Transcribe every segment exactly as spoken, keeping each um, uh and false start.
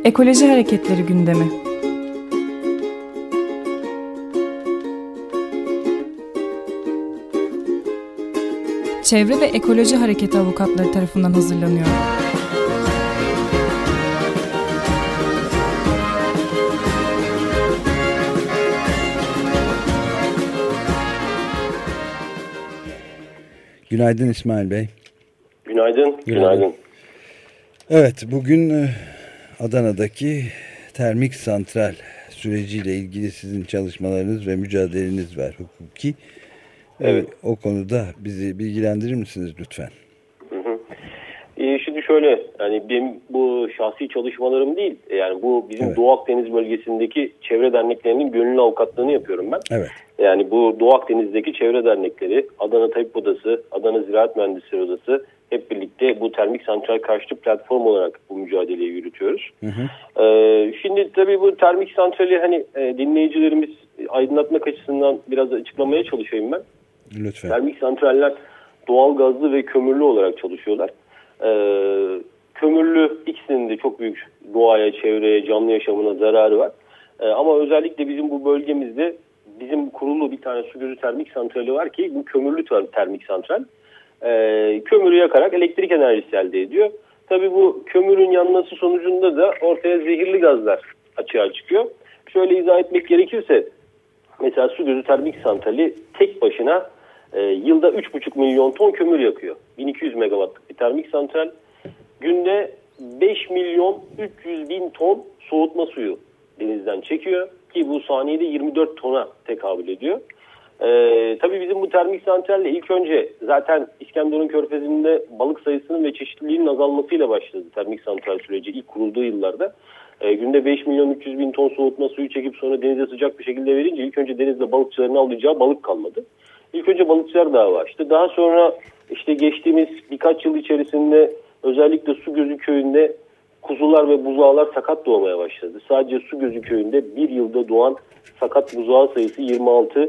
Ekoloji hareketleri gündemi. Çevre ve Ekoloji Hareketi avukatları tarafından hazırlanıyor. Günaydın İsmail Bey. Günaydın. Günaydın. Günaydın. Evet, bugün Adana'daki termik santral süreciyle ilgili sizin çalışmalarınız ve mücadeleniz var hukuki. Evet. O konuda bizi bilgilendirir misiniz lütfen? Hı hı. Ee, şimdi şöyle, yani benim bu şahsi çalışmalarım değil, yani bu bizim evet. Doğu Akdeniz bölgesindeki çevre derneklerinin gönüllü avukatlığını yapıyorum ben. Evet. Yani bu Doğu Akdeniz'deki çevre dernekleri, Adana Tabip Odası, Adana Ziraat Mühendisleri Odası hep birlikte bu termik santral karşıtı platform olarak bu mücadeleyi yürütüyoruz. Hı hı. Ee, şimdi tabii bu termik santrali hani e, dinleyicilerimiz aydınlatmak açısından biraz açıklamaya çalışayım ben. Lütfen. Termik santraller doğal gazlı ve kömürlü olarak çalışıyorlar. Ee, kömürlü ikisinin de çok büyük doğaya, çevreye, canlı yaşamına zararı var. Ee, ama özellikle bizim bu bölgemizde bizim kurulu bir tane su gözü termik santrali var ki bu kömürlü termik santral. Ee, kömürü yakarak elektrik enerjisi elde ediyor. Tabii bu kömürün yanması sonucunda da ortaya zehirli gazlar açığa çıkıyor. Şöyle izah etmek gerekirse mesela su gözü termik santrali tek başına e, yılda üç buçuk milyon ton kömür yakıyor. bin iki yüz megawattlık bir termik santral günde beş milyon üç yüz bin ton soğutma suyu denizden çekiyor ki bu saniyede yirmi dört tona tekabül ediyor. Ee, tabii bizim bu termik santralle ilk önce zaten İskenderun Körfezi'nde balık sayısının ve çeşitliliğinin azalmasıyla başladı termik santral süreci ilk kurulduğu yıllarda. Ee, günde beş milyon üç yüz bin ton soğutma suyu çekip sonra denize sıcak bir şekilde verince ilk önce denizde balıkçıların avlayacağı balık kalmadı. İlk önce balıkçılar dava açtı. Daha sonra işte geçtiğimiz birkaç yıl içerisinde özellikle Sugözü köyünde kuzular ve buzağlar sakat doğmaya başladı. Sadece Sugözü köyünde bir yılda doğan sakat buzağı sayısı yirmi altı.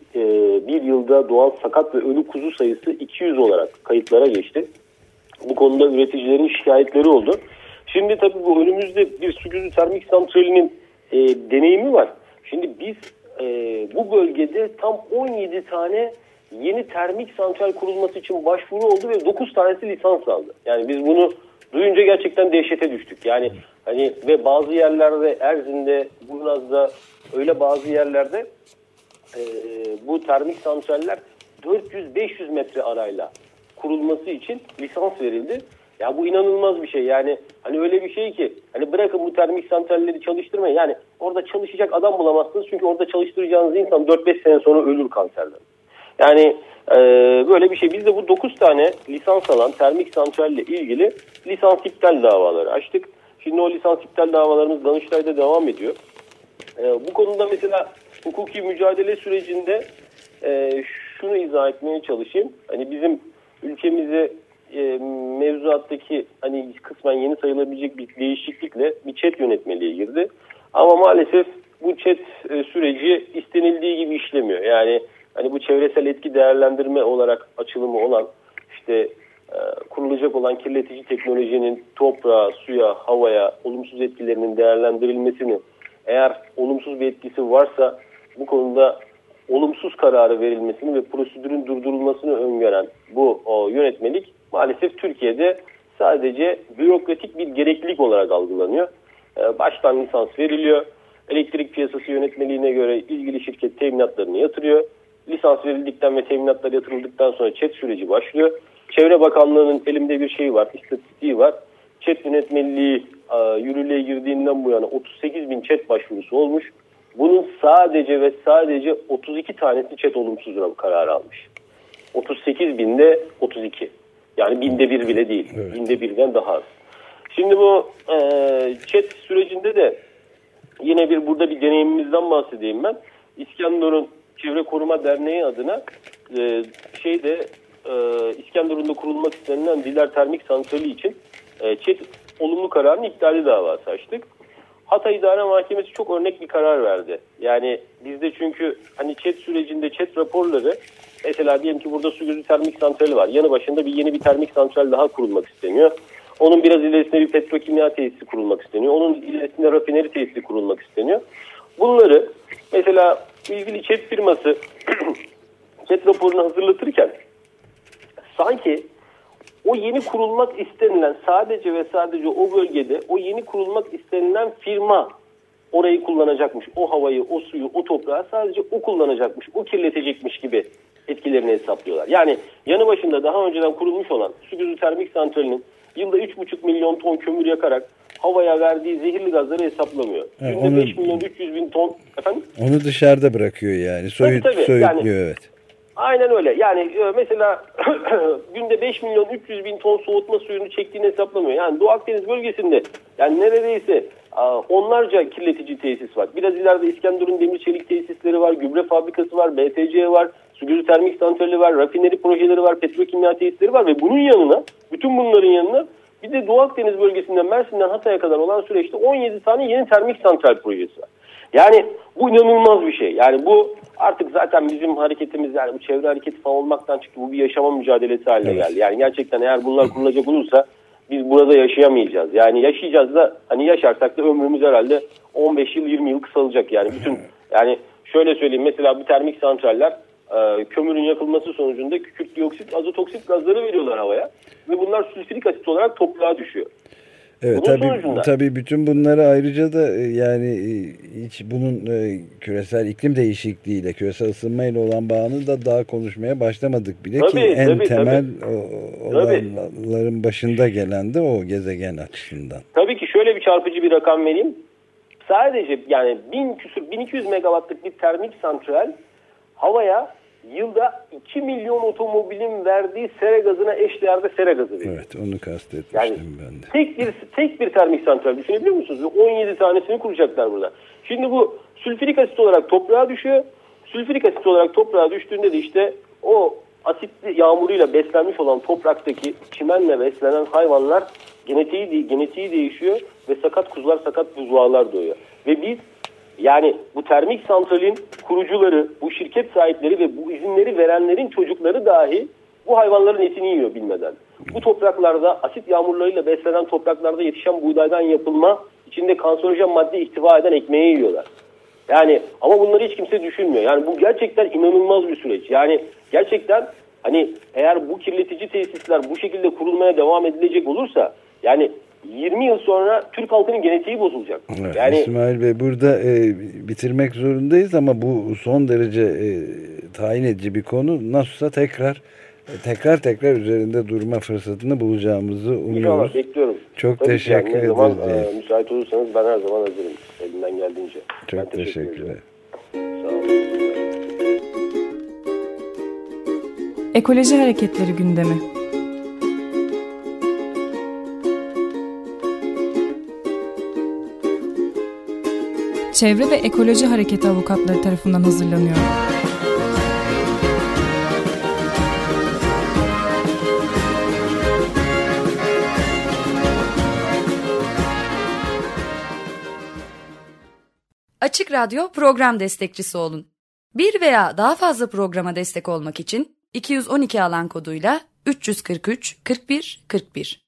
Bir yılda doğan sakat ve ölü kuzu sayısı iki yüz olarak kayıtlara geçti. Bu konuda üreticilerin şikayetleri oldu. Şimdi tabii bu önümüzde bir su gözü termik santralinin e, deneyimi var. Şimdi biz e, bu bölgede tam on yedi tane yeni termik santral kurulması için başvuru oldu ve dokuz tanesi lisans aldı. Yani biz bunu duyunca gerçekten dehşete düştük. Yani hani ve bazı yerlerde Erzin'de, Burnaz'da öyle bazı yerlerde Ee, bu termik santraller dört yüz beş yüz metre arayla kurulması için lisans verildi. Ya bu inanılmaz bir şey. Yani hani öyle bir şey ki hani bırakın bu termik santralleri çalıştırmayın. Yani orada çalışacak adam bulamazsınız. Çünkü orada çalıştıracağınız insan dört beş sene sonra ölür kanserden. Yani e, böyle bir şey. Biz de bu dokuz tane lisans alan termik santralle ilgili lisans iptal davaları açtık. Şimdi o lisans iptal davalarımız Danıştay'da devam ediyor. E, bu konuda mesela hukuki mücadele sürecinde e, şunu izah etmeye çalışayım. Hani bizim ülkemize e, mevzuattaki hani kısmen yeni sayılabilecek bir değişiklikle bir ÇED yönetmeliğe girdi. Ama maalesef bu ÇED e, süreci istenildiği gibi işlemiyor. Yani hani bu çevresel etki değerlendirme olarak açılımı olan işte e, kurulacak olan kirletici teknolojinin toprağa, suya, havaya olumsuz etkilerinin değerlendirilmesini eğer olumsuz bir etkisi varsa bu konuda olumsuz kararı verilmesini ve prosedürün durdurulmasını öngören bu o, yönetmelik maalesef Türkiye'de sadece bürokratik bir gereklilik olarak algılanıyor. Ee, baştan lisans veriliyor. Elektrik piyasası yönetmeliğine göre ilgili şirket teminatlarını yatırıyor. Lisans verildikten ve teminatlar yatırıldıktan sonra ÇED süreci başlıyor. Çevre Bakanlığı'nın elimde bir şey var, istatistiği var. ÇED yönetmeliği e, yürürlüğe girdiğinden bu yana otuz sekiz bin ÇED başvurusu olmuş. Bunun sadece ve sadece otuz iki tanesi ÇED olumsuz kararı almış. otuz sekiz binde otuz iki. Yani binde bir bile değil. Evet. Binde birden daha az. Şimdi bu e, ÇED sürecinde de yine bir burada bir deneyimimizden bahsedeyim ben. İskenderun Çevre Koruma Derneği adına e, şeyde e, İskenderun'da kurulmak istenilen Diler Termik Santrali için e, ÇED olumlu kararın iptali davası açtık. Hatay İdare Mahkemesi çok örnek bir karar verdi. Yani bizde çünkü hani ÇED sürecinde ÇED raporları mesela diyelim ki burada su gözü termik santrali var. Yanı başında bir yeni bir termik santral daha kurulmak isteniyor. Onun biraz ilerisinde bir petrokimya tesisi kurulmak isteniyor. Onun ilerisinde rafineri tesisi kurulmak isteniyor. Bunları mesela ilgili ÇED firması ÇED raporunu hazırlatırken sanki o yeni kurulmak istenilen sadece ve sadece o bölgede o yeni kurulmak istenilen firma orayı kullanacakmış. O havayı, o suyu, o toprağı sadece o kullanacakmış. O kirletecekmiş gibi etkilerini hesaplıyorlar. Yani yanı başında daha önceden kurulmuş olan Su Termik Santrali'nin yılda üç buçuk milyon ton kömür yakarak havaya verdiği zehirli gazları hesaplamıyor. Evet, Günde onu, beş milyon üç yüz bin ton efendim? Onu dışarıda bırakıyor yani. Soyut, tabii, tabii. soyutluyor yani, evet. Aynen öyle. Yani mesela günde beş milyon üç yüz bin ton soğutma suyunu çektiğini hesaplamıyor. Yani Doğu Akdeniz bölgesinde yani neredeyse onlarca kirletici tesis var. Biraz ileride İskenderun demir çelik tesisleri var, gübre fabrikası var, B T C var, Su Termik Santrali var, rafineri projeleri var, petrokimya tesisleri var ve bunun yanına, bütün bunların yanına bir de Doğu Akdeniz bölgesinden Mersin'den Hatay'a kadar olan süreçte on yedi tane yeni termik santral projesi var. Yani bu inanılmaz bir şey. Yani bu artık zaten bizim hareketimiz yani bu çevre hareketi falan olmaktan çıktı. Bu bir yaşama mücadelesi haline evet. geldi. Yani gerçekten eğer bunlar kurulacak olursa biz burada yaşayamayacağız. Yani yaşayacağız da hani yaşarsak da ömrümüz herhalde on beş yıl yirmi yıl kısalacak yani. Bütün yani şöyle söyleyeyim mesela bu termik santraller e, kömürün yakılması sonucunda kükürt dioksit, azot oksit gazları veriyorlar havaya ve bunlar sülfürik asit olarak toprağa düşüyor. Evet tabii, tabii bütün bunları ayrıca da yani hiç bunun küresel iklim değişikliğiyle, küresel ısınmayla olan bağını da daha konuşmaya başlamadık bile tabii, ki en tabii, temel tabii. olayların başında gelen de o gezegen açısından. Tabii ki şöyle bir çarpıcı bir rakam vereyim. Sadece yani bin küsur bin iki yüz megawattlık bir termik santral havaya yılda iki milyon otomobilin verdiği sera gazına eşdeğerde sera gazı veriyor. Evet onu kastetmiştim yani ben de. Tek bir, tek bir termik santral düşünebiliyor musunuz? on yedi tanesini kuracaklar burada. Şimdi bu sülfürik asit olarak toprağa düşüyor. Sülfürik asit olarak toprağa düştüğünde de işte o asitli yağmuruyla beslenmiş olan topraktaki çimenle beslenen hayvanlar genetiği, genetiği değişiyor ve sakat kuzular, sakat buzağlar doğuyor. Ve biz yani bu termik santralin kurucuları, bu şirket sahipleri ve bu izinleri verenlerin çocukları dahi bu hayvanların etini yiyor bilmeden. Bu topraklarda asit yağmurlarıyla beslenen topraklarda yetişen buğdaydan yapılma içinde kanserojen madde ihtiva eden ekmeği yiyorlar. Yani ama bunları hiç kimse düşünmüyor. Yani bu gerçekten inanılmaz bir süreç. Yani gerçekten hani eğer bu kirletici tesisler bu şekilde kurulmaya devam edilecek olursa yani yirmi yıl sonra Türk halkının genetiği bozulacak. Evet, yani İsmail Bey burada e, bitirmek zorundayız ama bu son derece e, tayin edici bir konu. Nasılsa tekrar tekrar tekrar üzerinde durma fırsatını bulacağımızı umuyoruz. İnşallah bekliyorum. Çok Tabii teşekkür yani, ederiz. Zaman, e, müsait olursanız ben her zaman hazırım. Elimden geldiğince. Çok ben teşekkür teşekkürler. Sağ olun. Ekoloji Hareketleri gündemi. Çevre ve Ekoloji Hareketi avukatları tarafından hazırlanıyor. Açık Radyo program destekçisi olun. Bir veya daha fazla programa destek olmak için iki yüz on iki alan koduyla üç yüz kırk üç kırk bir kırk bir